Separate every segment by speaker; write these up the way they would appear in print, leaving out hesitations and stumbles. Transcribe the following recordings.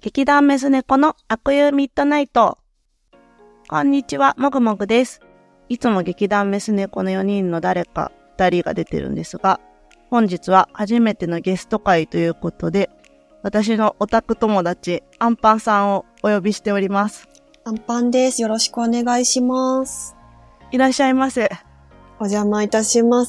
Speaker 1: 劇団メス猫の悪友ミッドナイト。こんにちは、もぐもぐです。いつも劇団メス猫の4人の誰か2人が出てるんですが、本日は初めてのゲスト会ということで、私のオタク友達、アンパンさんをお呼びしております。
Speaker 2: アンパンです。よろしくお願いします。
Speaker 1: いらっしゃいませ。
Speaker 2: お邪魔いたします。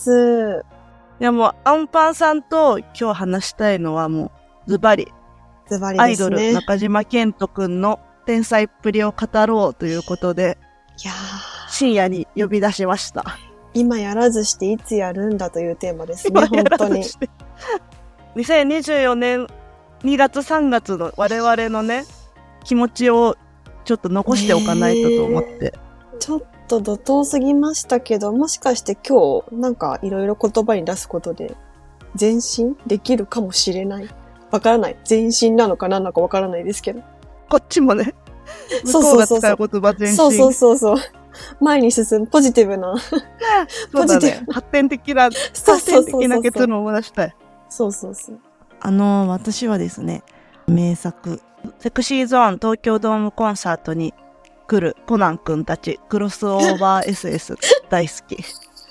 Speaker 1: いやもう、アンパンさんと今日話したいのはもう、ズバリですね。アイドル中島健人くんの天才っぷりを語ろうということで、
Speaker 2: いや
Speaker 1: 深夜に呼び出しました。
Speaker 2: 今やらずしていつやるんだというテーマですね、本当に。
Speaker 1: 2024年2月3月の我々のね、気持ちをちょっと残しておかないとと思って。
Speaker 2: ちょっと怒涛すぎましたけど、もしかして今日なんかいろいろ言葉に出すことで前進できるかもしれない。わからない。前進なのか何なのかわからないですけど。
Speaker 1: こっちもね、向こうが使う言葉前進。
Speaker 2: そう。前に進む、ポジティブな。
Speaker 1: そうだね。発展的な結論を出したい。
Speaker 2: そう。
Speaker 1: 私はですね、名作、セクシーゾーン東京ドームコンサートに来るコナンくんたち、クロスオーバー SS 大好き。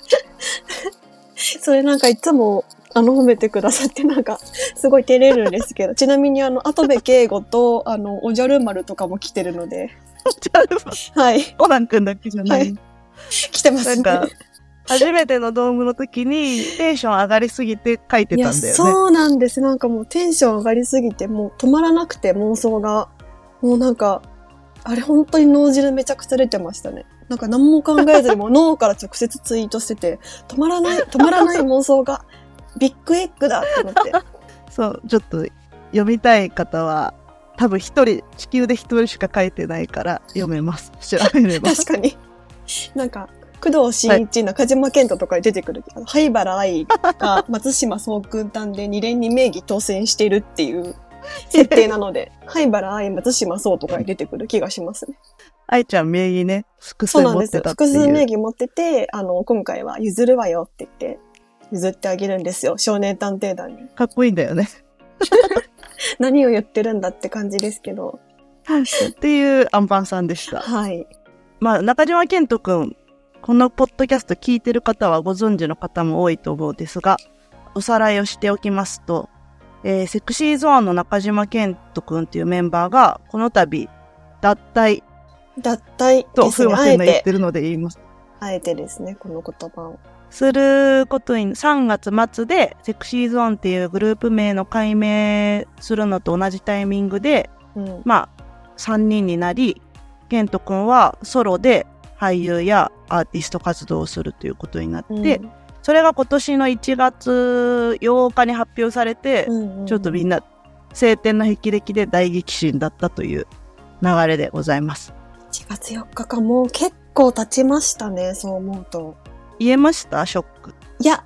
Speaker 2: それなんかいつも、褒めてくださってなんか、すごい照れるんですけど、ちなみに跡部圭吾と、おじゃる丸とかも来てるので。
Speaker 1: おじゃる丸はい。コナンくんだけじゃない。はい、
Speaker 2: 来てますね。
Speaker 1: なんか、初めてのドームの時にテンション上がりすぎて書いてたんだよね。
Speaker 2: いや、そうなんです。なんかもうテンション上がりすぎて、もう止まらなくて妄想が。もうなんか、あれ本当に脳汁めちゃくちゃ出てましたね。なんか何も考えずにもう脳から直接ツイートしてて、止まらない妄想が。ビッグエッグだって思って。
Speaker 1: そう、ちょっと読みたい方は、多分地球で一人しか書いてないから読めます。調べれば。
Speaker 2: 確かに。なんか、工藤新一、中島健人とかに出てくる。灰原哀が松島総軍団で2連に名義当選してるっていう設定なので、灰原哀、松島総とかに出てくる気がしますね。
Speaker 1: 愛ちゃん名義ね、複数持ってたっていう。
Speaker 2: 複数名義持ってて、今回は譲るわよって言って、譲ってあげるんですよ。少年探偵団に。
Speaker 1: かっこいいんだよね。
Speaker 2: 何を言ってるんだって感じですけど。
Speaker 1: っていうアンパンさんでした。
Speaker 2: はい。
Speaker 1: まあ、中島健人くん、このポッドキャスト聞いてる方はご存知の方も多いと思うんですが、おさらいをしておきますと、セクシーゾーンの中島健人くんっていうメンバーが、この度、脱退と風磨君が言ってるので言います。
Speaker 2: あえてですね、この言葉を。
Speaker 1: することに、3月末でセクシーゾーンっていうグループ名の改名するのと同じタイミングで、まあ、3人になり、ケントくんはソロで俳優やアーティスト活動をするということになって、それが今年の1月8日に発表されて、ちょっとみんな晴天の霹靂で大激震だったという流れでございます。
Speaker 2: 1月4日か、もう結構経ちましたね、そう思うと。
Speaker 1: 言えましたショック。
Speaker 2: いや、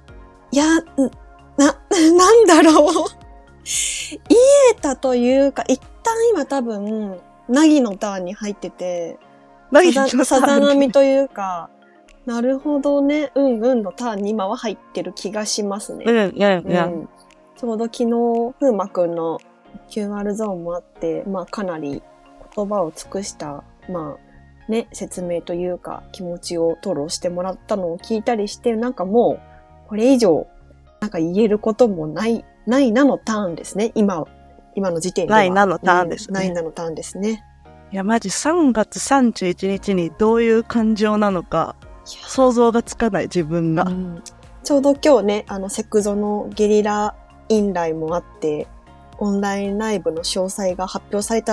Speaker 2: なんだろう。言えたというか、一旦今多分、ナギのターンに入ってて、さざ波というか、なるほどね、のターンに今は入ってる気がしますね。ちょうど昨日、風磨くんの QR ゾーンもあって、まあかなり言葉を尽くした、まあ、ね、説明というか気持ちを吐露してもらったのを聞いたりして、なんかもうこれ以上なんか言えることもないなのターンですね。今の時点では。
Speaker 1: ないなのターンですね。
Speaker 2: ないなのターンですね。
Speaker 1: いやマジ3月31日にどういう感情なのか想像がつかない自分が。
Speaker 2: ちょうど今日ね、セクゾのゲリラインライもあって、オンラインライブの詳細が発表された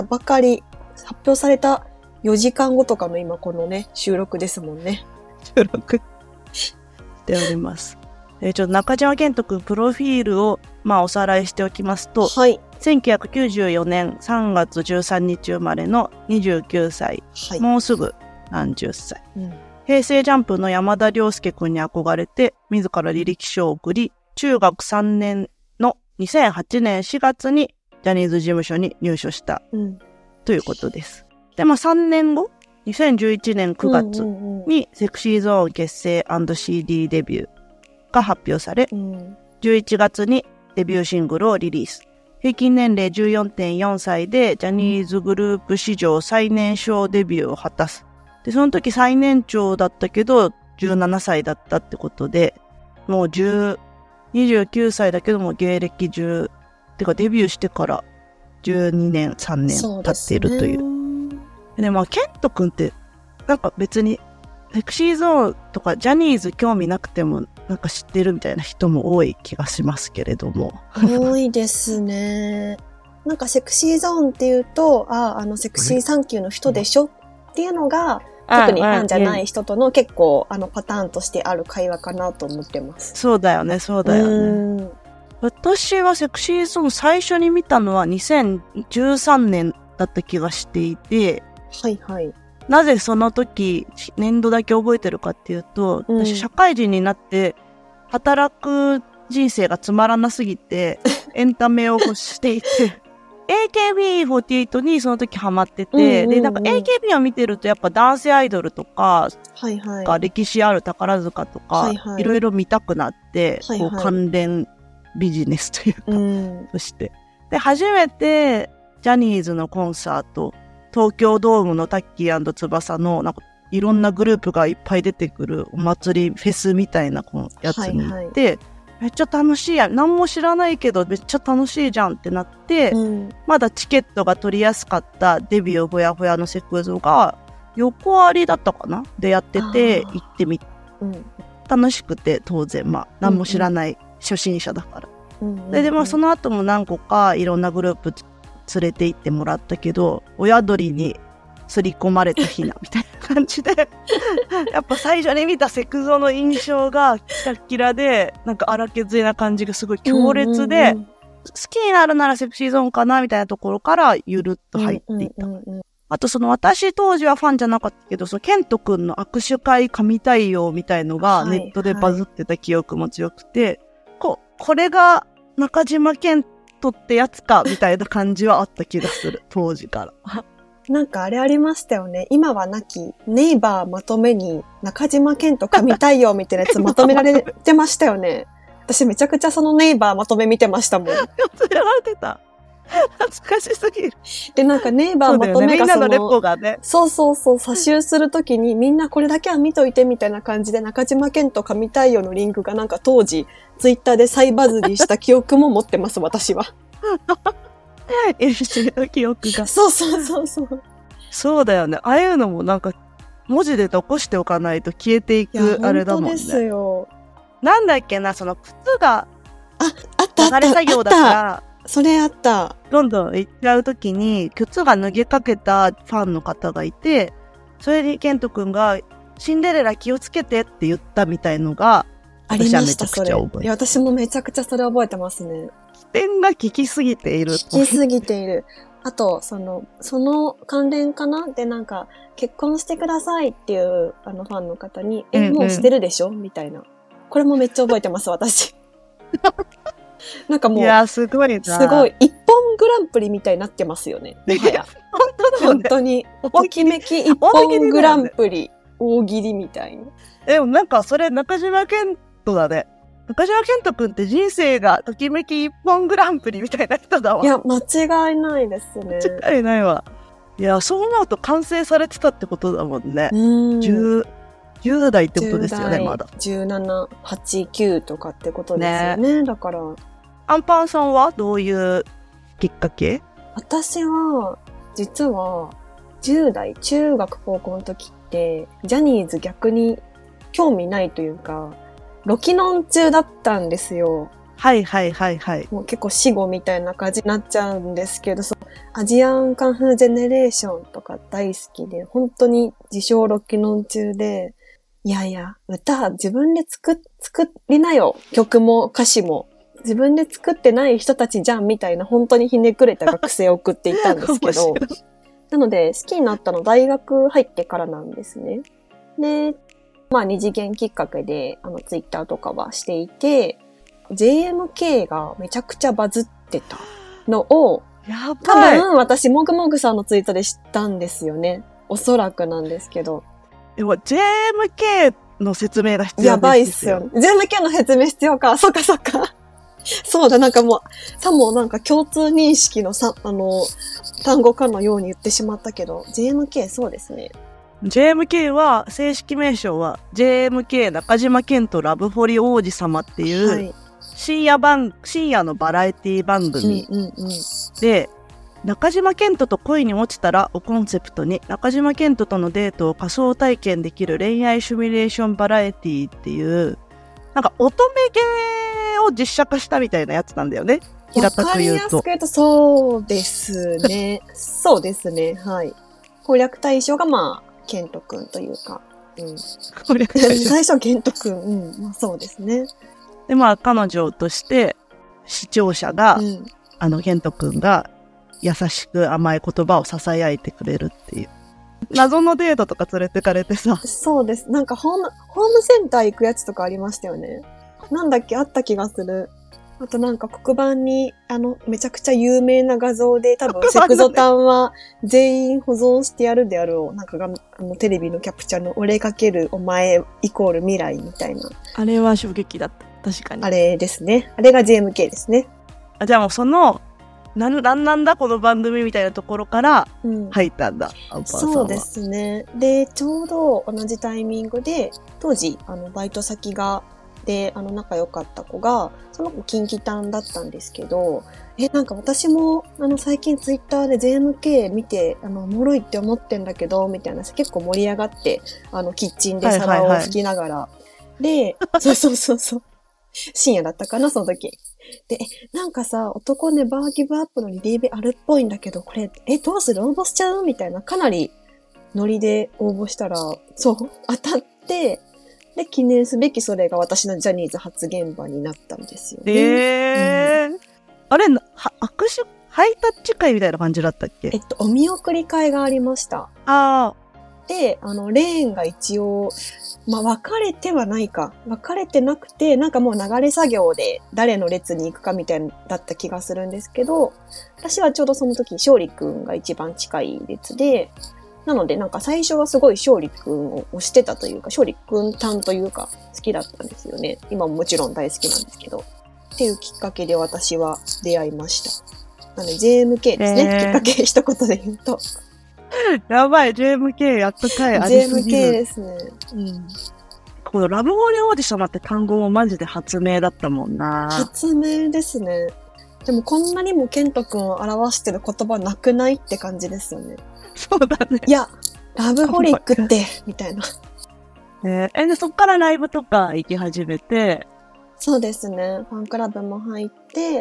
Speaker 2: 4時間後とかの今このね、収録ですもんね。
Speaker 1: 収録しております。ちょっと中島健人くんプロフィールをまあおさらいしておきますと、
Speaker 2: はい。
Speaker 1: 1994年3月13日生まれの29歳。はい。もうすぐ何十歳。平成ジャンプの山田涼介くんに憧れて、自ら履歴書を送り、中学3年の2008年4月にジャニーズ事務所に入所した、ということです。で、まあ3年後、2011年9月にセクシーゾーン結成 &CD デビューが発表され、11月にデビューシングルをリリース。 平均年齢 14.4 歳でジャニーズグループ史上最年少デビューを果たす。で、その時最年長だったけど17歳だったってことで、もう29歳だけども芸歴てかデビューしてから12年、3年経っているという。で、まあ、ケント君って、なんか別に、セクシーゾーンとかジャニーズ興味なくても、なんか知ってるみたいな人も多い気がしますけれども。
Speaker 2: 多いですね。なんかセクシーゾーンっていうと、セクシーサンキューの人でしょっていうのが、特にファンじゃない人との結構、パターンとしてある会話かなと思ってます。
Speaker 1: そうだよね、そうだよね。私はセクシーゾーン最初に見たのは2013年だった気がしていて、
Speaker 2: はいはい。
Speaker 1: なぜその時、年度だけ覚えてるかっていうと、私社会人になって働く人生がつまらなすぎて、エンタメを欲していて、AKB48 にその時ハマってて、で、なんか AKB を見てるとやっぱ男性アイドルとか、
Speaker 2: はいはい、
Speaker 1: 歴史ある宝塚とか、はいはい、いろいろ見たくなって、はいはい、こう関連ビジネスというか、そして。で、初めてジャニーズのコンサート、東京ドームのタッキー&翼のなんかいろんなグループがいっぱい出てくるお祭りフェスみたいなこのやつに行って、はいはい、めっちゃ楽しいやん。何も知らないけどめっちゃ楽しいじゃんってなって、まだチケットが取りやすかったデビューほやほやのセクゾが横ありだったかなでやってて行ってみて、楽しくて当然まあ何も知らない初心者だから。で、まあその後も何個かいろんなグループ連れて行ってもらったけど、親鳥にすり込まれたひなみたいな感じでやっぱ最初に見たセクゾの印象がキラキラで、なんか荒削りな感じがすごい強烈で、好きになるならセクシーゾーンかなみたいなところからゆるっと入っていった。あと私当時はファンじゃなかったけど、そのケント君の握手会神対応みたいのがネットでバズってた記憶も強くて、これが中島健人ってやつかみたいな感じはあった気がする当時から。
Speaker 2: なんかあれありましたよね。今はなきネイバーまとめに中島健人神対応みたいなやつまとめられてましたよね。私めちゃくちゃそのネイバーまとめ見てましたもん。や
Speaker 1: られてた。懐かしすぎる。
Speaker 2: で、なんかネイバーまとめが
Speaker 1: みんなのレポがね。
Speaker 2: そう、差集するときにみんなこれだけは見といてみたいな感じで中島健人神対応のリンクがなんか当時ツイッターで再バズりした記憶も持ってます、私は。
Speaker 1: LC の記憶が。
Speaker 2: そう。
Speaker 1: そうだよね。ああいうのもなんか文字で残しておかないと消えていくあれだもんね。
Speaker 2: 本当ですよ。
Speaker 1: なんだっけな、その靴が
Speaker 2: あった
Speaker 1: 流れ作業だから、
Speaker 2: それあった。
Speaker 1: どんどん行っちゃうときに靴が脱げかけたファンの方がいて、それにケント君がシンデレラ気をつけてって言ったみたいのが
Speaker 2: ありました。それ。いや、私もめちゃくちゃそれ覚えてますね。
Speaker 1: 起点が効きすぎている。
Speaker 2: 効きすぎている。あと、その関連かなで、なんか、結婚してくださいっていう、ファンの方に、もうしてるでしょみたいな。これもめっちゃ覚えてます、私。なんかもう、
Speaker 1: いや、すごいな。
Speaker 2: すごい、一本グランプリみたいになってますよね。
Speaker 1: いや、
Speaker 2: 本当に、ときめき一本グランプリ、大喜利みたいな。
Speaker 1: でもなんか、それ中島健人だね。中島健人くんって人生がときめき一本グランプリみたいな人だわ。
Speaker 2: いや、間違いないですね。
Speaker 1: 間違いないわ。いや、そう思うと完成されてたってことだもんね。10代ってことですよね、まだ。
Speaker 2: 17、8、9とかってことですよね。だから。
Speaker 1: アンパンさんはどういうきっかけ？
Speaker 2: 私は、実は、10代、中学高校の時って、ジャニーズ逆に興味ないというか、ロキノン中だったんですよ。
Speaker 1: はい。
Speaker 2: もう結構死後みたいな感じになっちゃうんですけど、アジアンカンフージェネレーションとか大好きで、本当に自称ロキノン中で、いやいや、歌自分で作りなよ。曲も歌詞も。自分で作ってない人たちじゃんみたいな本当にひねくれた学生を送っていたんですけど。なので好きになったの大学入ってからなんですね。で、まあ二次元きっかけでツイッターとかはしていて、JMK がめちゃくちゃバズってたのを、多分私もぐもぐさんのツイートで知ったんですよね。おそらくなんですけど。
Speaker 1: JMK の説明が必要ですよ。
Speaker 2: やばいっすよ。JMK の説明必要か。そっか。 そうだ、なんかもう、さもなんか共通認識の単語かのように言ってしまったけど、JMK そうですね。
Speaker 1: JMK は、正式名称は、JMK 中島健人ラブホリ王子様っていう、はい、深夜のバラエティ番組で、中島健人と恋に落ちたらをコンセプトに、中島健人とのデートを仮想体験できる恋愛シミュレーションバラエティっていう、なんか乙女芸を実写化したみたいなやつなんだよね。平たく言うと。わかりやすく言うと
Speaker 2: そうですね。そうですね。はい。攻略対象がまあ、ケントくんというか。うん。攻略対象。最初ケントくん。うん。まあそうですね。
Speaker 1: で、まあ彼女として視聴者が、ケントくんが優しく甘い言葉を囁いてくれるっていう。謎のデートとか連れてかれてさ。
Speaker 2: そうです。なんかホームセンター行くやつとかありましたよね。なんだっけあった気がする。あとなんか黒板に、めちゃくちゃ有名な画像で多分セクゾタンは全員保存してやるであろう。なんかテレビのキャプチャーの俺かけるお前イコール未来みたいな。
Speaker 1: あれは衝撃だった。確かに。
Speaker 2: あれですね。あれが JMK ですね。
Speaker 1: あ、じゃあもうその、なんだこの番組みたいなところから入ったんだ、アンパンさんは。
Speaker 2: そうですね。で、ちょうど同じタイミングで、当時、バイト先で、仲良かった子が、その子近畿タンだったんですけど、なんか私も、最近ツイッターで JMK 見て、おもろいって思ってんだけど、みたいな、結構盛り上がって、キッチンで皿を拭きながら。で、そう。深夜だったかな、その時。で、なんかさ、男ね、バーギブアップのリリーベあるっぽいんだけど、これ、どうする応募しちゃうみたいな、かなりノリで応募したら、そう、当たって、で、記念すべきそれが私のジャニーズ初現場になったんですよね。
Speaker 1: あれ、握手、ハイタッチ会みたいな感じだったっけ？
Speaker 2: お見送り会がありました。で、レーンが一応、まあ、分かれてはないか。分かれてなくて、なんかもう流れ作業で誰の列に行くかみたいだった気がするんですけど、私はちょうどその時、勝利くんが一番近い列で、なのでなんか最初はすごい勝利くんを推してたというか、勝利くん担というか好きだったんですよね。今ももちろん大好きなんですけど。っていうきっかけで私は出会いました。なので JMK ですね。きっかけ一言で言うと。
Speaker 1: やばい、JMK やっとかい、ありすぎる。
Speaker 2: JMK ですね。うん。
Speaker 1: このラブホーリーオーディションって単語もマジで発明だったもんな。
Speaker 2: 発明ですね。でもこんなにもケント君を表してる言葉なくないって感じですよね。
Speaker 1: そうだね。
Speaker 2: いや、ラブホリックって、みたいな。
Speaker 1: で、そっからライブとか行き始めて。
Speaker 2: そうですね。ファンクラブも入って、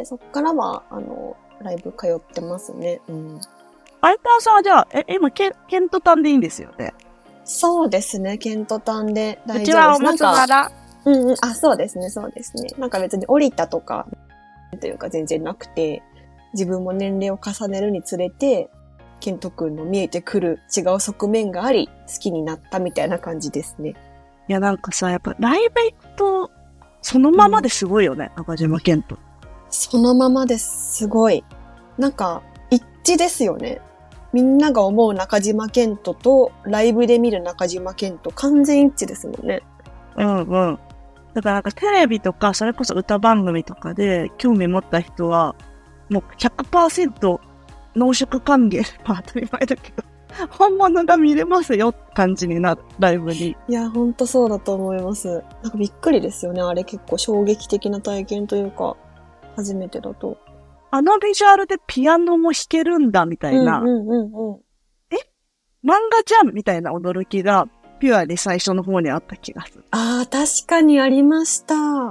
Speaker 2: そっからは、ライブ通ってますね。うん。
Speaker 1: アイパンさんはじゃあ、今、ケントタンでいいんですよね。
Speaker 2: そうですね。ケントタンで大丈夫です。
Speaker 1: うちはお松原。
Speaker 2: あ、そうですね。そうですね。なんか別に降りたとか、というか全然なくて、自分も年齢を重ねるにつれて、ケント君の見えてくる違う側面があり、好きになったみたいな感じですね。
Speaker 1: いや、なんかさ、やっぱライブ行くと、そのままですごいよね、中島健人。
Speaker 2: そのままです。すごい。なんか、一致ですよね。みんなが思う中島健人と、ライブで見る中島健人、完全一致ですもんね。
Speaker 1: うんうん。だからなんかテレビとか、それこそ歌番組とかで興味持った人は、もう 100% 濃縮還元、まあ当たり前だけど、本物が見れますよって感じになる、ライブに。
Speaker 2: いや、ほんとそうだと思います。なんかびっくりですよね。あれ結構衝撃的な体験というか、初めてだと。
Speaker 1: あのビジュアルでピアノも弾けるんだ、みたいな。漫画じゃんみたいな驚きが、ピュアに最初の方にあった気がする。
Speaker 2: ああ、確かにありました。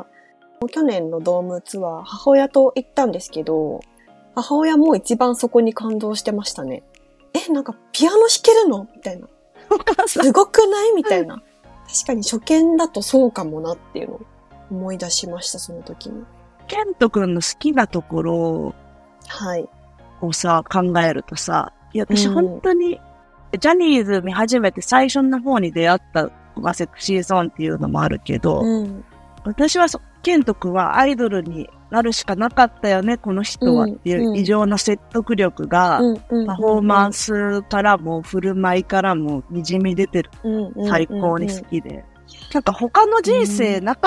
Speaker 2: 去年のドームツアー、母親と行ったんですけど、母親も一番そこに感動してましたね。なんかピアノ弾けるのみたいな。すごくないみたいな。確かに初見だとそうかもなっていうのを思い出しました、その時に。
Speaker 1: ケント君の好きなところをさ、考えるとさ、いや、私本当に、ジャニーズ見始めて最初の方に出会ったのがセクシーゾーンっていうのもあるけど、私はケント君はアイドルになるしかなかったよね、この人はっていう異常な説得力が、パフォーマンスからも振る舞いからも滲み出てる。最高に好きで。なんか他の人生なかっ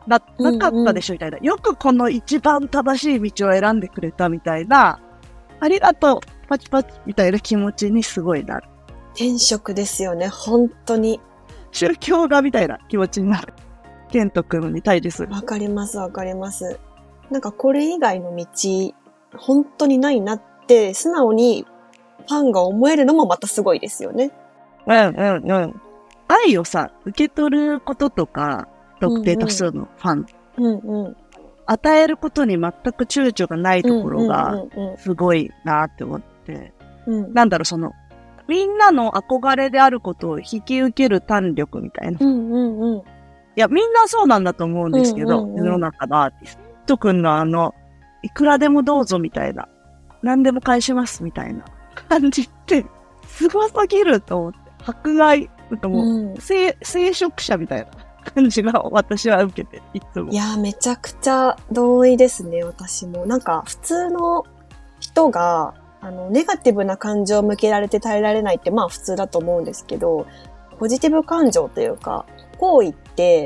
Speaker 1: なかったでしょみたいな。よくこの一番正しい道を選んでくれたみたいな、ありがとう、パチパチみたいな気持ちにすごいなる。
Speaker 2: 転職ですよね、本当に。
Speaker 1: 宗教画みたいな気持ちになる。ケント君に対峙する。
Speaker 2: わかります、わかります。なんかこれ以外の道、本当にないなって素直にファンが思えるのもまたすごいですよね。
Speaker 1: 愛をさ、受け取ることとか、特定多数のファン。与えることに全く躊躇がないところが、すごいなって思って。なんだろう、みんなの憧れであることを引き受ける胆力みたいな。いや、みんなそうなんだと思うんですけど、世の中のアーティスト君のいくらでもどうぞみたいな、何でも返しますみたいな感じって、すごすぎると思って、迫害、なんかもう、聖職者みたいな感じが私は受けて、いつも。
Speaker 2: いや、めちゃくちゃ同意ですね、私も。なんか、普通の人が、ネガティブな感情を向けられて耐えられないって、まあ普通だと思うんですけど、ポジティブ感情というか、行為って、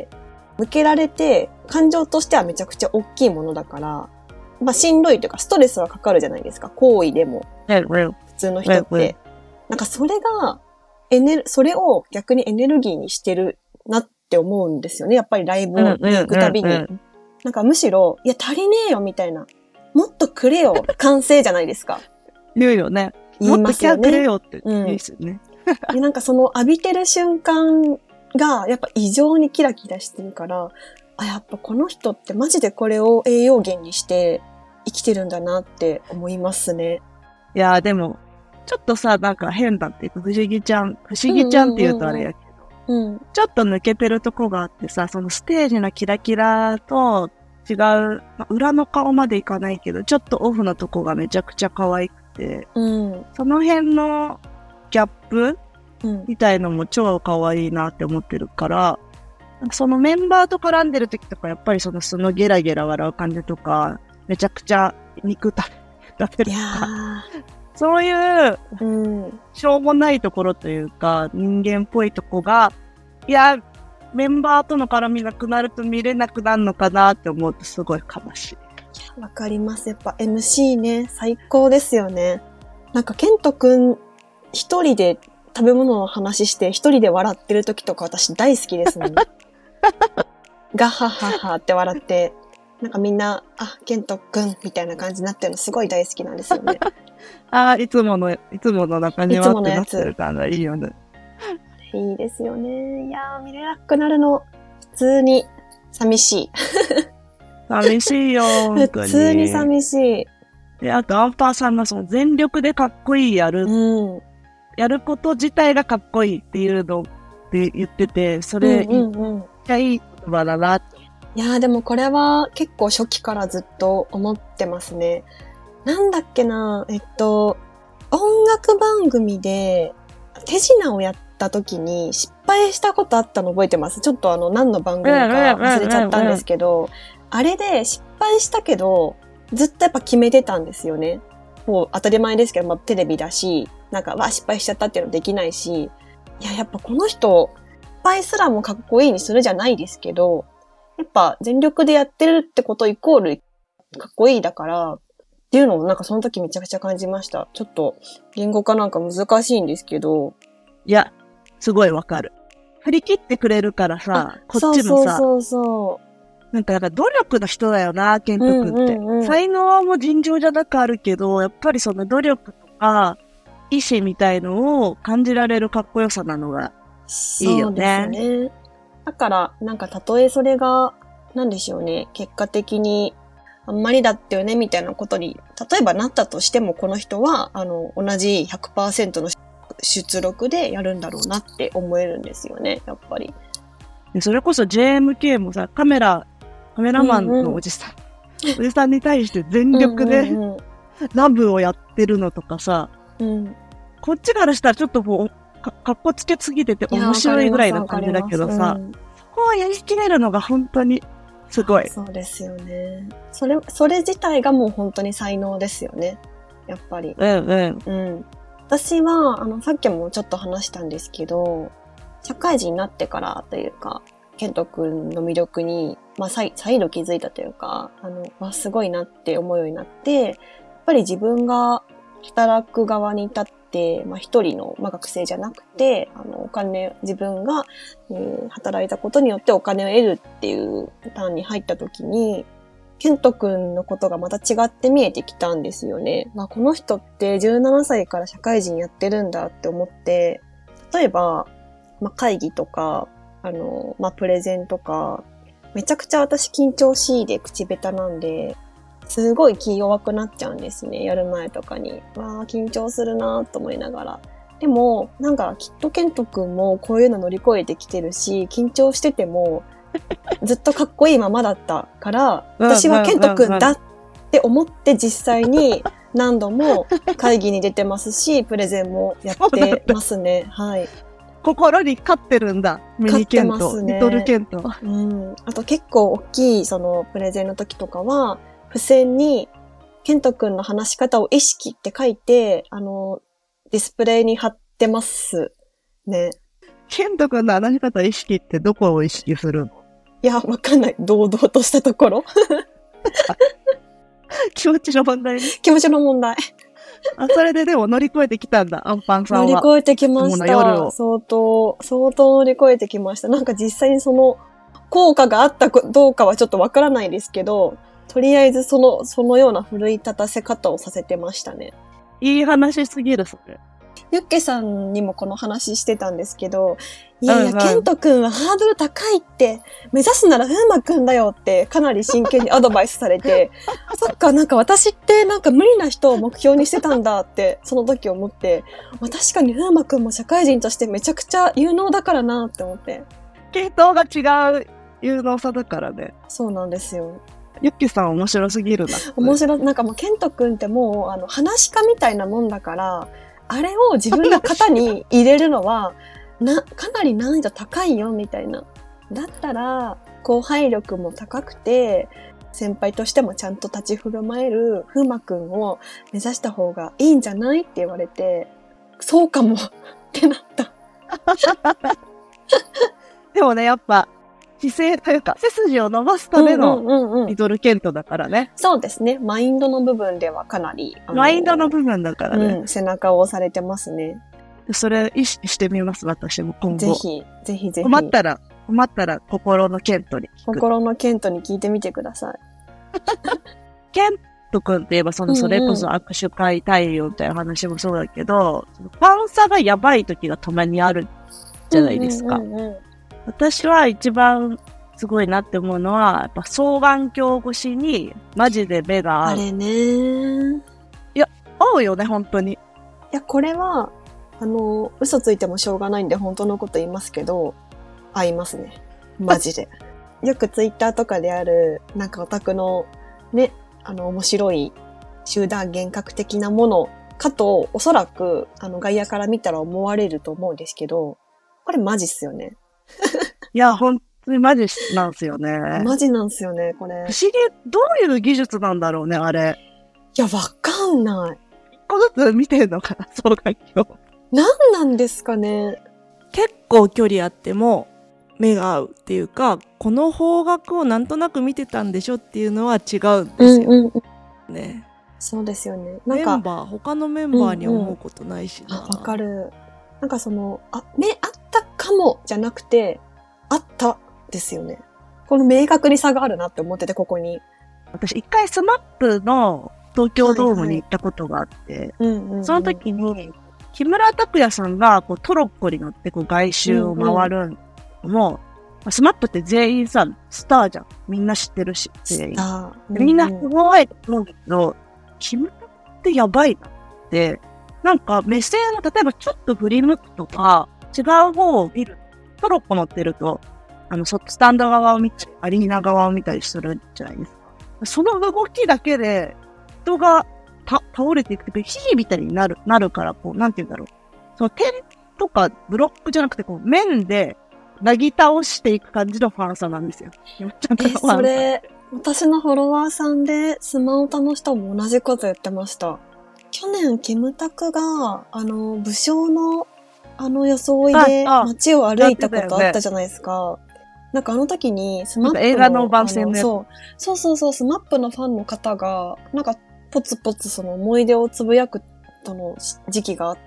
Speaker 2: 向けられて、感情としてはめちゃくちゃ大きいものだから、まあしんどいというか、ストレスはかかるじゃないですか、行為でも。普通の人って。なんかそれが、それを逆にエネルギーにしてるなって思うんですよね。やっぱりライブを行くたびに。なんかむしろ、いや足りねえよみたいな。もっとくれよ。完成じゃないですか。
Speaker 1: 言うよね。言いますよね。もっとくれよって言うんですよね。
Speaker 2: で、なんかその浴びてる瞬間が、やっぱ異常にキラキラしてるから、やっぱこの人ってマジでこれを栄養源にして生きてるんだなって思いますね。
Speaker 1: いやーでも、ちょっとさ、なんか変だって、不思議ちゃんって言うとあれやけど、ちょっと抜けてるとこがあってさ、そのステージのキラキラと違う、裏の顔までいかないけど、ちょっとオフのとこがめちゃくちゃ可愛くて、その辺のギャップみたいのも超可愛いなって思ってるから、そのメンバーと絡んでる時とか、やっぱりそのゲラゲラ笑う感じとか、めちゃくちゃ肉食べるとか、そういう、しょうもないところというか、人間っぽいとこが、いや、メンバーとの絡みなくなると見れなくなるのかなって思うとすごい悲しい。
Speaker 2: わかります。やっぱ MC ね、最高ですよね。なんかケントくん一人で食べ物の話して一人で笑ってる時とか私大好きですもんね。ガハハハって笑って、なんかみんな、ケントくんみたいな感じになってるのすごい大好きなんですよね。
Speaker 1: いつもの中にはってなってるからいいよね。
Speaker 2: いいですよね。いやー、見れなくなるの、普通に寂しい。
Speaker 1: 寂しいよ、
Speaker 2: 普通に寂しい。
Speaker 1: で、あとアンパーさんがその全力でかっこいいやること自体がかっこいいっていうのって言ってて、それ、めっちゃいい言葉だなって。
Speaker 2: いやーでもこれは結構初期からずっと思ってますね。なんだっけな、音楽番組で手品をやった時に失敗したことあったの覚えてます。ちょっと何の番組か忘れちゃったんですけど、あれで失敗したけど、ずっとやっぱ決めてたんですよね。もう当たり前ですけど、テレビだし、なんか、失敗しちゃったっていうのできないし、いや、やっぱこの人、失敗すらもかっこいいにするじゃないですけど、やっぱ全力でやってるってことイコールかっこいいだから、っていうのをなんかその時めちゃくちゃ感じました。ちょっと言語化なんか難しいんですけど。
Speaker 1: いや、すごいわかる。振り切ってくれるからさ、こっちもさ、なんか努力の人だよな、ケント君って。才能も尋常じゃなくあるけど、やっぱりその努力とか、意志みたいのを感じられるかっこよさなのがいいよね。
Speaker 2: そうですね。だから、なんかたとえそれが、なんでしょうね、結果的にあんまりだったよね、みたいなことに、例えばなったとしても、この人は、同じ 100% の出力でやるんだろうなって思えるんですよね、やっぱり。
Speaker 1: それこそ JMK もさ、カメラマンのおじさんに対して全力でラブをやってるのとかさ、こっちからしたらちょっとこう、かっこつけすぎてて面白いぐらいの感じだけどさ、そこをやりきれるのが本当にすごい。
Speaker 2: そうですよね。それ自体がもう本当に才能ですよね。やっぱり。私は、さっきもちょっと話したんですけど、社会人になってからというか、 ケント君の魅力に、再度気づいたというか、すごいなって思うようになって、やっぱり自分が働く側に立って、一人の、学生じゃなくて、自分が、働いたことによってお金を得るっていうパターンに入った時に、ケント君のことがまた違って見えてきたんですよね。この人って17歳から社会人やってるんだって思って、例えば、会議とか、プレゼンとか、めちゃくちゃ私緊張しいで口下手なんで、すごい気弱くなっちゃうんですね。やる前とかに。緊張するなと思いながら。でも、きっとケント君もこういうの乗り越えてきてるし、緊張してても、ずっとかっこいいままだったから、私はケント君だって思って実際に何度も会議に出てますし、プレゼンもやってますね。はい。
Speaker 1: 心に勝ってるんだ。ミニケント、リトルケント。
Speaker 2: あと結構大きいそのプレゼンの時とかは、付箋にケント君の話し方を意識って書いて、ディスプレイに貼ってますね。
Speaker 1: ケント君の話し方意識ってどこを意識するの？
Speaker 2: いや、わかんない。堂々としたところ。
Speaker 1: 気持ちの問題ね。
Speaker 2: 気持ちの問題。
Speaker 1: それででも乗り越えてきたんだ、アンパンさんは。
Speaker 2: 乗り越えてきました。夜を相当乗り越えてきました。実際にその効果があったかどうかはちょっとわからないですけど、とりあえずそのような奮い立たせ方をさせてましたね。
Speaker 1: いい話すぎる、それ。
Speaker 2: ユッケさんにもこの話してたんですけど、いやいや、ケント君はハードル高いって、目指すなら風磨君だよってかなり真剣にアドバイスされて、そっか、私って無理な人を目標にしてたんだって、その時思って、確かに風磨君も社会人としてめちゃくちゃ有能だからなって思って。
Speaker 1: 系統が違う有能さだからね。
Speaker 2: そうなんですよ。
Speaker 1: ユッケさん面白すぎるな。
Speaker 2: 面白い。もうケント君ってもう、話し家みたいなもんだから、あれを自分の型に入れるのは、かなり難易度高いよ、みたいな。だったら、後輩力も高くて、先輩としてもちゃんと立ち振る舞える風磨くんを目指した方がいいんじゃないって言われて、そうかもってなった。
Speaker 1: でもね、やっぱ、姿勢というか、背筋を伸ばすためのリトルケントだからね。
Speaker 2: そうですね。マインドの部分ではかなり。
Speaker 1: マインドの部分だからね。
Speaker 2: 背中を押されてますね。
Speaker 1: それ意識してみます、私も今後。
Speaker 2: ぜひ。
Speaker 1: 困ったら心のケントに。
Speaker 2: 心のケントに聞いてみてください。
Speaker 1: ケント君って言えばそれこそ握手会対応みたいな話もそうだけど、ファン差がやばい時がたまにあるじゃないですか。私は一番すごいなって思うのは、やっぱ双眼鏡越しにマジで目が合う。
Speaker 2: あれね。
Speaker 1: いや、合うよね、本当に。
Speaker 2: いや、これは、嘘ついてもしょうがないんで本当のこと言いますけど、合いますね。マジで。よくツイッターとかである、オタクのね、面白い集団幻覚的なものかと、おそらく、外野から見たら思われると思うんですけど、これマジっすよね。
Speaker 1: いや、本当にマジなんすよね。
Speaker 2: マジなんすよね、これ。
Speaker 1: 不思議、どういう技術なんだろうね、あれ。
Speaker 2: いや、わかんない。
Speaker 1: 一個ずつ見てるのかな、双眼鏡。
Speaker 2: 何なんですかね。
Speaker 1: 結構距離あっても目が合うっていうか、この方角をなんとなく見てたんでしょっていうのは違うんですよ。ね。
Speaker 2: そうですよね。
Speaker 1: 他のメンバーに思うことないしな。
Speaker 2: わかる。目あったかもじゃなくて、あったですよね。この明確に差があるなって思ってて、ここに。
Speaker 1: 私一回スマップの東京ドームに行ったことがあって、その時に木村拓哉さんがトロッコに乗って外周を回るのも、スマップって全員さ、スターじゃん。みんな知ってるし、全員。みんなすごいと思うけど、木村ってやばいなって、目線を例えばちょっと振り向くとか、違う方を見る。トロッコ乗ってると、スタンド側を見たり、アリーナ側を見たりするじゃないですか。その動きだけで、人が倒れていくと、ヒーみたいになるから、なんて言うんだろう。その点とかブロックじゃなくて、面で、なぎ倒していく感じのファンさなんですよ。
Speaker 2: それ、私のフォロワーさんで、スマオタの人も同じこと言ってました。去年、キムタクが、武将の、装いで街を歩いたことあったじゃないですか。 なんかあの時にスマップの
Speaker 1: 映画の番宣のやつ。
Speaker 2: そう、スマップのファンの方が、なんかポツポツその思い出をつぶやく時期があって、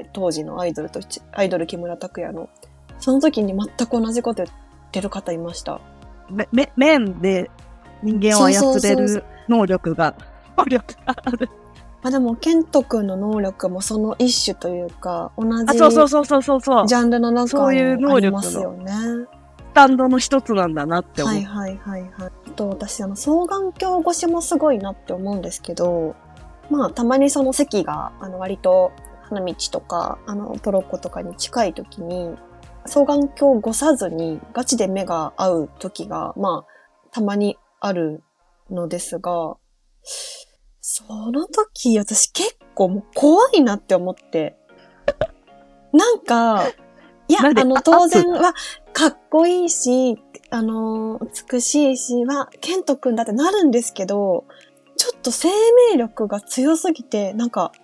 Speaker 2: 当時のアイドル木村拓哉の。その時に全く同じこと言ってる方いました。
Speaker 1: 面で人間を操れる能力がある。
Speaker 2: まあでも、ケント君の能力もその一種というか、同じジ
Speaker 1: そう。
Speaker 2: ャンルの中
Speaker 1: そういう能力
Speaker 2: にありますよね。
Speaker 1: スタンドの一つなんだなって思う。
Speaker 2: はい。私、双眼鏡越しもすごいなって思うんですけど、まあ、たまにその席が、割と、花道とか、トロッコとかに近い時に、双眼鏡越さずにガチで目が合う時が、まあ、たまにあるのですが、その時、私結構もう怖いなって思って。なんか、いや、当然はかっこいいし、美しいし、ケント君だってなるんですけど、ちょっと生命力が強すぎて、なんか、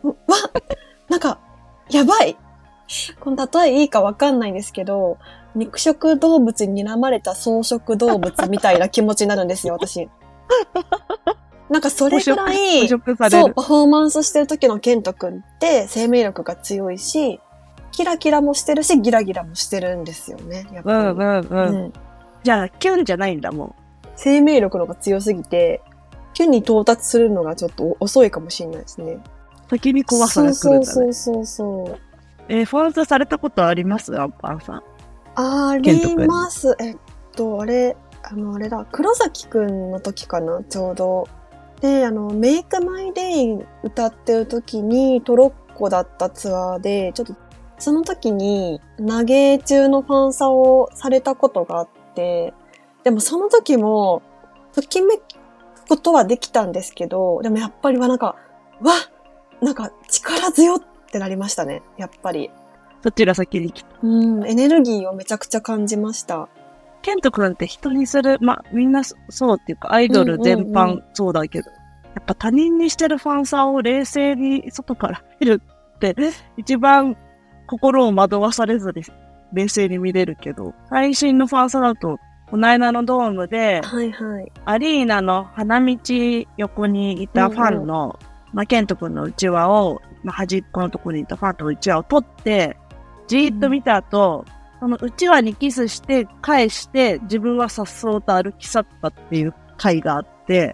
Speaker 2: やばい。この例えいいかわかんないんですけど、肉食動物に睨まれた草食動物みたいな気持ちになるんですよ、私。なんかそれくらい、そう、パフォーマンスしてる時のケント君って生命力が強いし、キラキラもしてるし、ギラギラもしてるんですよね、やっぱり。
Speaker 1: じゃあ、キュンじゃないんだもん。
Speaker 2: 生命力のが強すぎて、キュンに到達するのがちょっと遅いかもしれないですね。
Speaker 1: 先に怖さが来るんだね。
Speaker 2: そう。
Speaker 1: ファンサされたことありますアンパンさん。
Speaker 2: あります。あれだ、黒崎くんの時かな、ちょうど。で、メイクマイデイ歌ってる時にトロッコだったツアーで、ちょっとその時に投げ中のファンサをされたことがあって、でもその時も、ときめくことはできたんですけど、でもやっぱりなんか力強ってなりましたね、やっぱり。
Speaker 1: そちら先に来た。
Speaker 2: エネルギーをめちゃくちゃ感じました。
Speaker 1: ケント君って人にする、みんなそうっていうか、アイドル全般そうだけど、やっぱ他人にしてるファンサを冷静に外から見るって、一番心を惑わされずに冷静に見れるけど、最新のファンサだと、この間のドームで、アリーナの花道横にいたファンの、ケント君の内輪を、端っこのところにいたファンの内輪を取って、じーっと見た後、その内輪にキスして返して自分は颯爽と歩き去ったっていう回があって。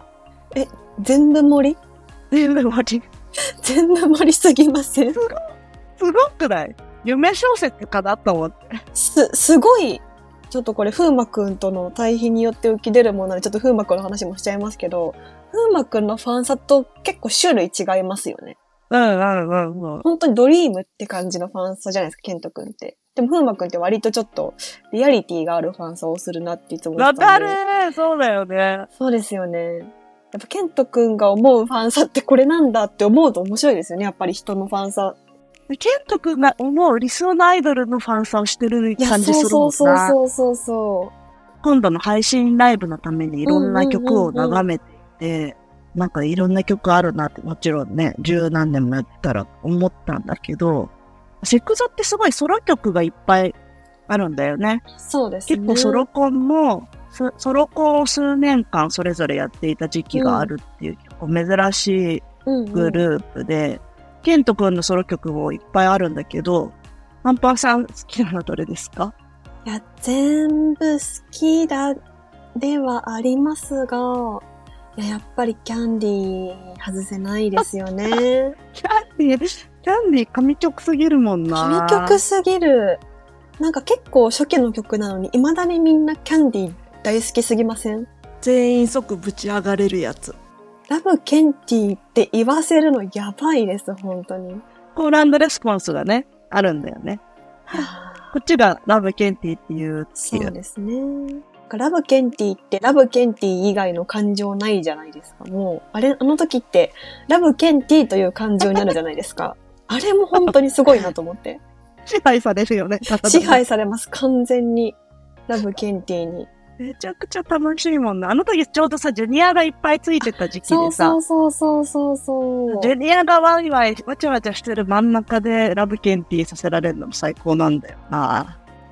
Speaker 2: 全部盛り
Speaker 1: 全部盛り
Speaker 2: 全部盛りすぎません？
Speaker 1: すごくない？夢小説かなと思って。
Speaker 2: すごい。ちょっとこれ風磨くんとの対比によって浮き出るものでちょっと風磨くんの話もしちゃいますけど、風磨くんのファンサと結構種類違いますよね。本当にドリームって感じのファンサじゃないですか、ケントくんって。でも風磨くんって割とちょっとリアリティがあるファンサをするなっていつも言ってたんで。
Speaker 1: わかる！そうだよね。
Speaker 2: そうですよね。やっぱケントくんが思うファンサってこれなんだって思うと面白いですよね、やっぱり人のファンサ。
Speaker 1: ケントくんが思う理想のアイドルのファンサをしてる感じするもんな。
Speaker 2: そう。
Speaker 1: 今度の配信ライブのためにいろんな曲を眺めていて、なんかいろんな曲あるなって、もちろんね、十何年もやったら思ったんだけど、セクゾってすごいソロ曲がいっぱいあるんだよね。
Speaker 2: そうですね。
Speaker 1: 結構ソロコンも、ソロコンを数年間それぞれやっていた時期があるっていう、結構珍しいグループで、ケント君のソロ曲もいっぱいあるんだけど、アンパンさん好きなのどれですか？
Speaker 2: いや、全部好きだではありますが、やっぱりキャンディー外せないですよね。
Speaker 1: キャンディー神曲すぎるもんな。
Speaker 2: 神曲すぎる。なんか結構初期の曲なのに、未だにみんなキャンディー大好きすぎません？
Speaker 1: 全員即ぶち上がれるやつ。
Speaker 2: ラブケンティーって言わせるのやばいです、本当に。
Speaker 1: コール&レスポンスがね、あるんだよね。こっちがラブケンティーっていう。
Speaker 2: そうですね。ラブケンティってラブケンティ以外の感情ないじゃないですか。もう、あの時ってラブケンティという感情になるじゃないですか。あれも本当にすごいなと思って。
Speaker 1: 支配されるよね。
Speaker 2: 支配されます。完全に。ラブケンティに。
Speaker 1: めちゃくちゃ楽しいもんな。あの時ちょうどさ、ジュニアがいっぱいついてた時期でさ。
Speaker 2: そう。ジ
Speaker 1: ュニアがワイワイわちゃわちゃしてる真ん中でラブケンティさせられるのも最高なんだよな。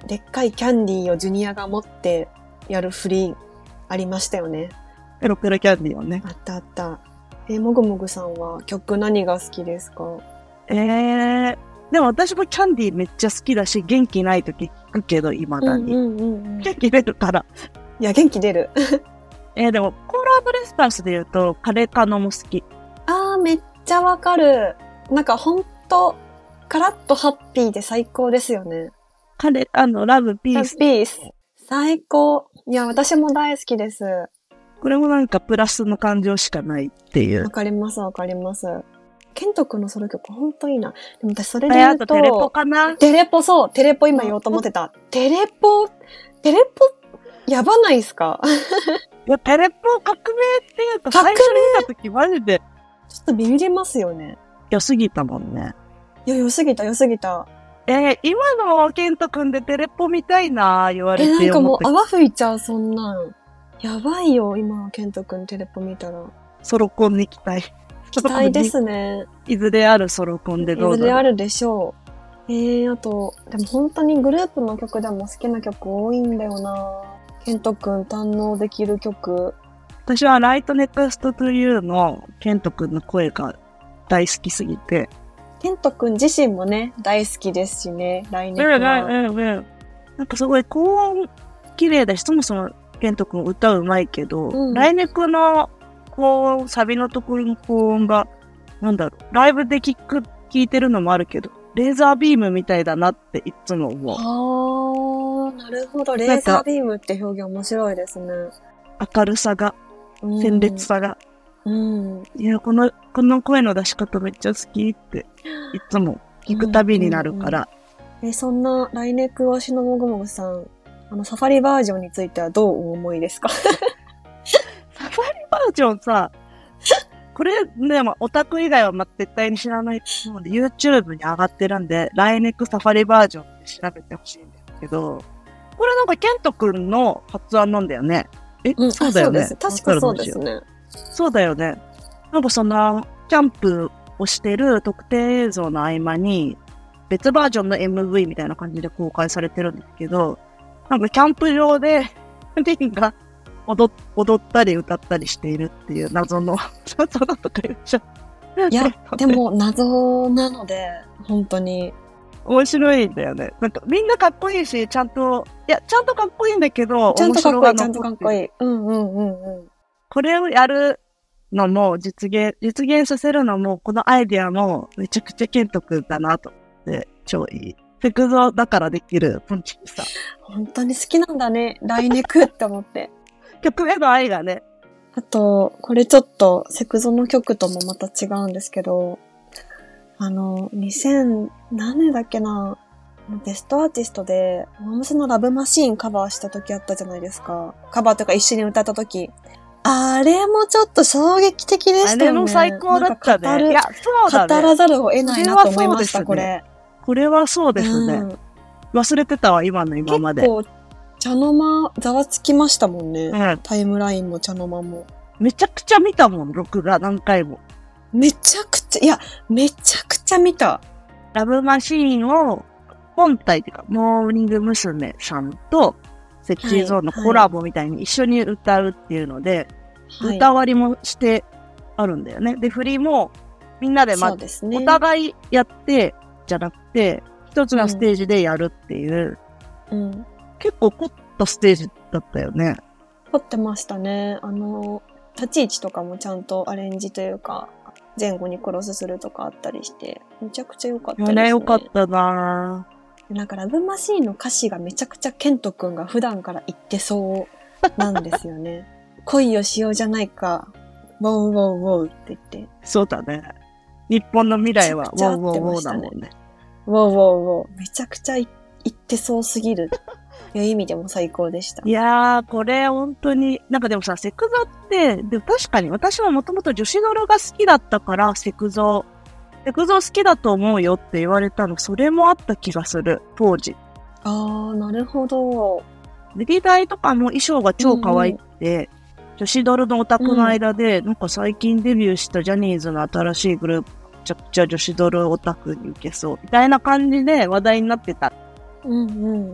Speaker 2: でっかいキャンディーをジュニアが持ってやる振りありましたよね。
Speaker 1: ペロペロキャンディーをね。
Speaker 2: あったあった。もぐもぐさんは曲何が好きですか？
Speaker 1: でも私もキャンディーめっちゃ好きだし、元気ない時聞くけど、未だに。元気出るから。
Speaker 2: いや、元気出る。
Speaker 1: でも、コーラーレスパンスで言うと、カレカノも好き。
Speaker 2: めっちゃわかる。なんかほんと、カラッとハッピーで最高ですよね。
Speaker 1: ラブピース。
Speaker 2: ピース。最高。いや、私も大好きです。
Speaker 1: これもなんかプラスの感情しかないっていう。
Speaker 2: わかります、わかります。ケント君のソロ曲ほんといいな。でも私それで言うと。
Speaker 1: テレポかな？
Speaker 2: テレポ、そう。テレポ今言おうと思ってた。テレポ、やばないっすか？
Speaker 1: いや、テレポ革命っていうか、最初に見た時マジで。
Speaker 2: ちょっとビビりますよね。
Speaker 1: 良すぎたもんね。
Speaker 2: いや、良すぎた。
Speaker 1: 今のケント君でテレポ見たいな言われて。
Speaker 2: なんかもう泡吹いちゃう、そんなん。やばいよ、今のケント君テレポ見たら。
Speaker 1: ソロコンに期待。
Speaker 2: 期待ですね。
Speaker 1: いずれあるソロコンでどうだろう。
Speaker 2: いずれあるでしょう。あと、でも本当にグループの曲でも好きな曲多いんだよな。ケント君堪能できる曲。
Speaker 1: 私はライトネクストトゥユーのケント君の声が大好きすぎて。
Speaker 2: ケント君自身もね、大好きですしね、来年は。
Speaker 1: なんかすごい高音綺麗だし、そもそもケント君歌うまいけど、来年の高音、サビのところの高音が、ライブで聞いてるのもあるけど、レーザービームみたいだなっていつも思
Speaker 2: う。なるほど。レーザービームって表現面白いですね。
Speaker 1: 明るさが、鮮烈さが。いや、この声の出し方めっちゃ好きって、いつも聞くたびになるから。
Speaker 2: そんな来年推しのもぐもぐさん、サファリバージョンについてはどうお思いですか？サ
Speaker 1: ファリバージョンさ、これね、オタク以外は絶対に知らないので、YouTube に上がってるんで、来年サファリバージョンって調べてほしいんですけど、これなんかケントくんの発案なんだよね。そうだよね。
Speaker 2: そうです。確かそうですね。
Speaker 1: そうだよね。なんかそんな、キャンプをしてる特定映像の合間に、別バージョンの MV みたいな感じで公開されてるんですけど、なんかキャンプ場で、リンが踊ったり歌ったりしているっていう謎だとか言っちゃう。
Speaker 2: いや、でも謎なので、本当に。
Speaker 1: 面白いんだよね。なんかみんなかっこいいし、ちゃんとかっこいいんだけど、
Speaker 2: ちゃんとかっこいい。
Speaker 1: これをやるのも、実現させるのも、このアイディアもめちゃくちゃケントくんだなと思って、超いい。セクゾだからできるポンチキさ。
Speaker 2: 本当に好きなんだね。来ネクって思って。
Speaker 1: 曲への愛がね。
Speaker 2: あと、これちょっとセクゾの曲ともまた違うんですけど、2000何年だっけな、ベストアーティストで、モームスのラブマシーンカバーした時あったじゃないですか。カバーというか一緒に歌った時。あれもちょっと衝撃的でしたよね。
Speaker 1: あれも最高だったね。いや、そうだね。
Speaker 2: 語らざるを得ないなと思いました、これ。
Speaker 1: これはそうですね。忘れてたわ、今まで。
Speaker 2: 結構、茶の間、ざわつきましたもんね。タイムラインも茶の間も。
Speaker 1: めちゃくちゃ見たもん、録画何回も。
Speaker 2: めちゃくちゃ見た。
Speaker 1: ラブマシーンを、本体っていうか、モーニング娘。さんと、セクシーゾーンのコラボみたいに一緒に歌うっていうので、歌割りもしてあるんだよね。で、振りも、みんなでお互いやって、じゃなくて、一つのステージでやるっていう、結構凝ったステージだったよね。
Speaker 2: 凝ってましたね。立ち位置とかもちゃんとアレンジというか、前後にクロスするとかあったりして、めちゃくちゃ良かったですね。
Speaker 1: 良かったなぁ。
Speaker 2: なんかラブマシーンの歌詞がめちゃくちゃケントくんが普段から言ってそうなんですよね。恋をしようじゃないか、ウォウウォウウォウって言って。
Speaker 1: そうだね。日本の未来はウォウウォウウォウだもんね。
Speaker 2: ウォウウォウウォウ。めちゃくちゃ言ってそうすぎる。という意味でも最高でした。
Speaker 1: いやー、これ本当に、なんかでもさ、セクゾって、でも確かに私はもともと女子ドラが好きだったから、セクゾ好きだと思うよって言われたの、それもあった気がする、当時。
Speaker 2: あー、なるほど。
Speaker 1: 歴代とかも衣装が超可愛くて、女子ドルのオタクの間で、なんか最近デビューしたジャニーズの新しいグループ、めちゃくちゃ女子ドルオタクに受けそう、みたいな感じで話題になってた。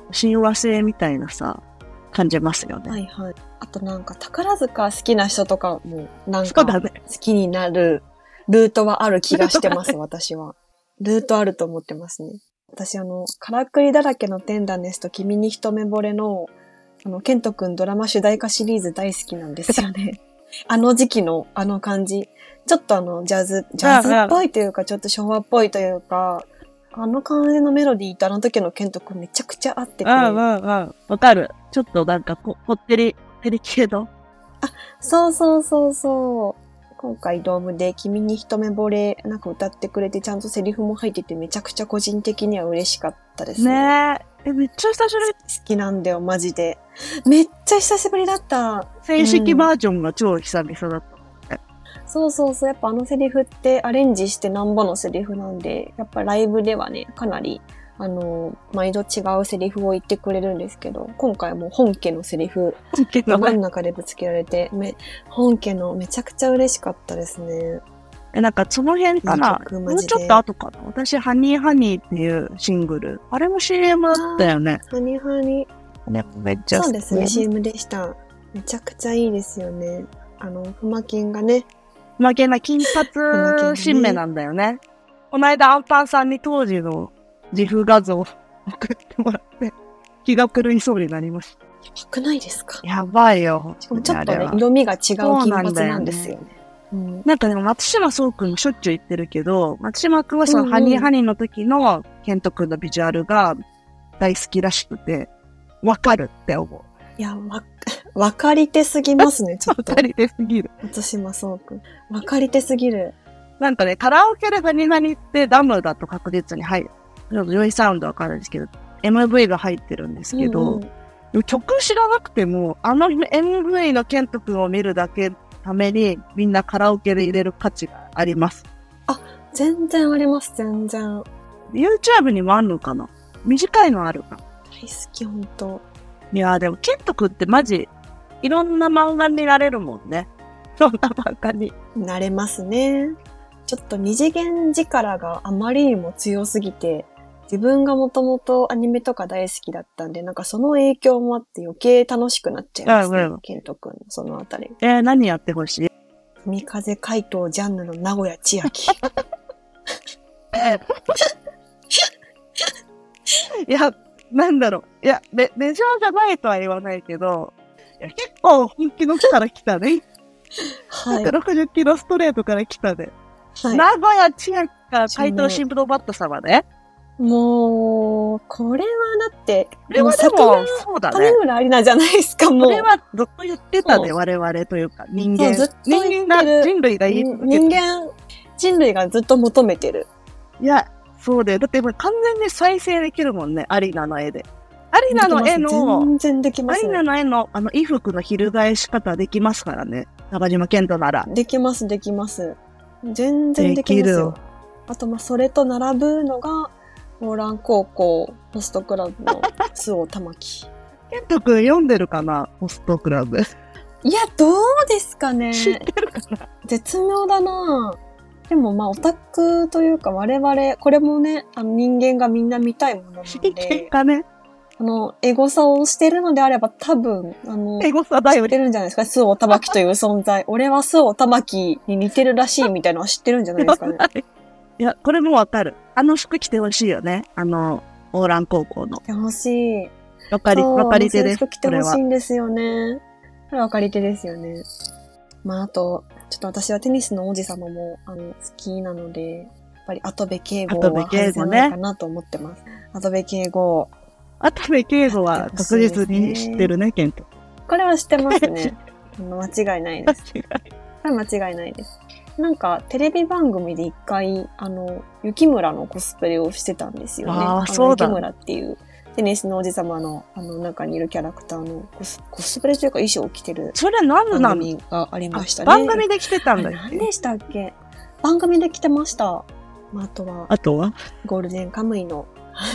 Speaker 1: 親和性みたいなさ、感じますよね。
Speaker 2: はいはい。あとなんか宝塚好きな人とかもなんか好きになるルートはある気がしてます、私は。ルートあると思ってますね。私からくりだらけのテンダネスと君に一目惚れの、ケントくんドラマ主題歌シリーズ大好きなんですよね。あの時期のあの感じ。ちょっとジャズっぽいというか、ちょっと昭和っぽいというか、あの感じのメロディーとあの時のケントくんめちゃくちゃ合ってて。
Speaker 1: わかる。ちょっとなんかこってり系の。
Speaker 2: あ、そうそうそうそう。今回ドームで君に一目惚れなんか歌ってくれてちゃんとセリフも入っててめちゃくちゃ個人的には嬉しかったですね。
Speaker 1: ねえ。めっちゃ久しぶり。
Speaker 2: 好きなんだよ、マジで。めっちゃ久しぶりだった。
Speaker 1: 正式バージョンが超久々だった。
Speaker 2: そうそうそう。やっぱあのセリフってアレンジしてなんぼのセリフなんで、やっぱライブではね、かなり、毎度違うセリフを言ってくれるんですけど、今回も本家のセリフ、真ん中でぶつけられて、本家のめちゃくちゃ嬉しかったですね。
Speaker 1: なんかその辺かな、もうちょっと後かな。私、ハニーハニーっていうシングル。あれも CM だったよね。
Speaker 2: ハニーハニ
Speaker 1: ー。ね、めっちゃ
Speaker 2: そうですね、CM でした。めちゃくちゃいいですよね。フマケンがね。
Speaker 1: フマケンな金髪新芽なんだよね。この間アンパンさんに当時の自負画像を送ってもらって、気が狂いそうになりました。
Speaker 2: やばくないですか？
Speaker 1: やばいよ。
Speaker 2: しかもちょっとね、色味が違う金髪なんですよね。
Speaker 1: なんかでも松島聡くんもしょっちゅう言ってるけど、松島くんはそのハニーハニーの時のケントくんのビジュアルが大好きらしくて、わかるって思う。
Speaker 2: いや、わかり手すぎますね、ちょっと。
Speaker 1: わかり手すぎる。
Speaker 2: 松島聡くん。わかり手すぎる。
Speaker 1: なんかね、カラオケでハニーハニーってダムだと確実に入る。ちょっと良いサウンドわかるんですけど、MV が入ってるんですけど、曲知らなくても、MV のケントくんを見るだけために、みんなカラオケで入れる価値があります。
Speaker 2: あ、全然あります、全然。
Speaker 1: YouTube にもあるのかな？短いのあるか。
Speaker 2: 大好き、ほんと。
Speaker 1: いやーでも、ケントくんってマジ、いろんな漫画になれるもんね。そんな漫画に。
Speaker 2: なれますね。ちょっと二次元力があまりにも強すぎて、自分がもともとアニメとか大好きだったんで、なんかその影響もあって余計楽しくなっちゃいますね。ケントくんのそのあたり。
Speaker 1: 何やってほしい？
Speaker 2: 海風怪盗ジャンヌの名古屋千秋。
Speaker 1: いや、なんだろう。いや、メジャーじゃないとは言わないけど、いや結構本気のから来たね。はい。160キロストレートから来たね。はい。名古屋千秋か怪盗シンプルバット様ね。
Speaker 2: もう、これはだって、
Speaker 1: もうそうだね。
Speaker 2: 谷村有奈じゃないですか、もう。
Speaker 1: これはずっと言ってたね、我々というか、人間。
Speaker 2: ずっと言ってる。
Speaker 1: 人類が
Speaker 2: 人類がずっと求めてる。
Speaker 1: いや、そうだよ。だって完全に再生できるもんね、有奈の絵で。有奈の絵の、
Speaker 2: 全然できますね。
Speaker 1: 有奈の絵の、衣服の翻し方できますからね。中島健人なら。
Speaker 2: できます、できます。全然できますよ。あと、それと並ぶのが、モーラン高校ホストクラブの周防玉木。
Speaker 1: ケントくん読んでるかな、ホストクラブ。
Speaker 2: いや、どうですかね。
Speaker 1: 知ってるかな。
Speaker 2: 絶妙だな。でもオタクというか我々、これもね、人間がみんな見たいものなので。
Speaker 1: 真剣かね。
Speaker 2: エゴサをしてるのであれば多分、
Speaker 1: エゴサだよ。
Speaker 2: 知ってるんじゃないですか、周防玉木という存在。俺は周防玉木に似てるらしいみたいなのは知ってるんじゃないですかね。
Speaker 1: いや、これもわかる。服着てほしいよね。オーラン高校の。
Speaker 2: 着てほしい。
Speaker 1: わかり手です。
Speaker 2: 服着てほしいんですよね。これわかり手ですよね。あと、ちょっと私はテニスの王子様も、好きなので、やっぱり跡部圭吾は外せないかなと思ってます。跡部圭吾。
Speaker 1: 跡部圭吾は確実に知ってるね、ケント。
Speaker 2: これは知ってますね。間違いないです。これ間違いないです。なんか、テレビ番組で一回、雪村のコスプレをしてたんですよね。
Speaker 1: そうだ。
Speaker 2: 雪村っていう、テニスの王子様の、中にいるキャラクターのコスプレというか衣装を着てる。
Speaker 1: それ何なの？
Speaker 2: 番組がありましたね。
Speaker 1: 番組で着てたんだっけ？
Speaker 2: 何でしたっけ？番組で着てました。あとはゴールデンカムイの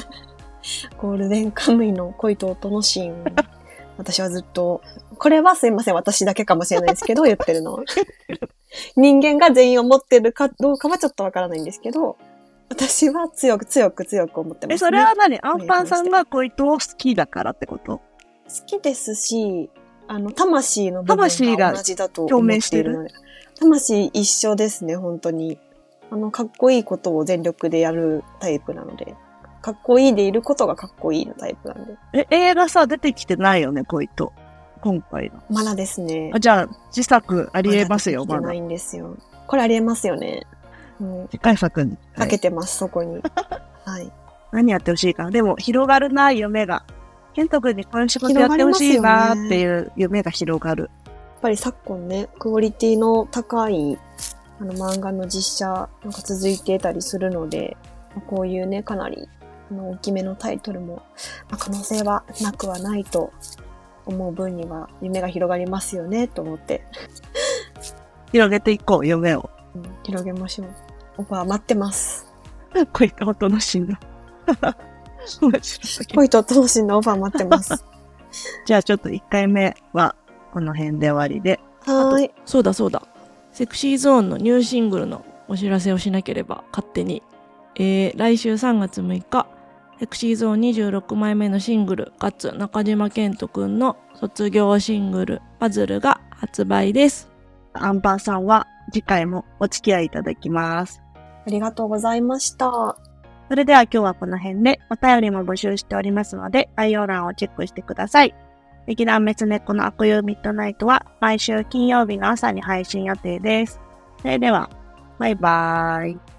Speaker 2: 恋と音のシーン。私はずっと、これはすいません、私だけかもしれないですけど、言ってるのは。人間が全員を持ってるかどうかはちょっとわからないんですけど、 私は強く思ってますね。
Speaker 1: それは何？アンパンさんが小糸を好きだからってこと？
Speaker 2: 好きですし、魂の部分が同じだと思っているので。魂一緒ですね、本当に。かっこいいことを全力でやるタイプなので。かっこいいでいることがかっこいいのタイプなんで。
Speaker 1: 映画さ、出てきてないよね、小糸。今回の。
Speaker 2: まだですね。
Speaker 1: じゃあ、自作ありえますよ、
Speaker 2: まだ。ないんですよ。これありえますよね。
Speaker 1: 次回作に。
Speaker 2: かけてます、そこに。はい。
Speaker 1: 何やってほしいかな。でも、広がるな、夢が。ケント君にこういう仕事やってほしいなっていう夢が広がる。
Speaker 2: やっぱり昨今ね、クオリティの高い、漫画の実写なんか続いてたりするので、こういうね、かなり、大きめのタイトルも、可能性はなくはないと思う分には、夢が広がりますよね、と思って。
Speaker 1: 広げていこう、夢を。
Speaker 2: 広げましょう。オファー待ってます。
Speaker 1: 恋と音の進路。
Speaker 2: 恋と音の進路オファー待ってます。
Speaker 1: じゃあちょっと1回目はこの辺で終わりで。
Speaker 2: はい。
Speaker 3: そうだ。セクシーゾーンのニューシングルのお知らせをしなければ勝手に。来週3月6日、セクシーゾーン26枚目のシングル、かつ中島健人くんの卒業シングル、パズルが発売です。
Speaker 1: アンパンさんは次回もお付き合いいただきます。
Speaker 2: ありがとうございました。
Speaker 1: それでは今日はこの辺でお便りも募集しておりますので概要欄をチェックしてください。劇団メスネコの悪友ミッドナイトは毎週金曜日の朝に配信予定です。それでは、バイバーイ。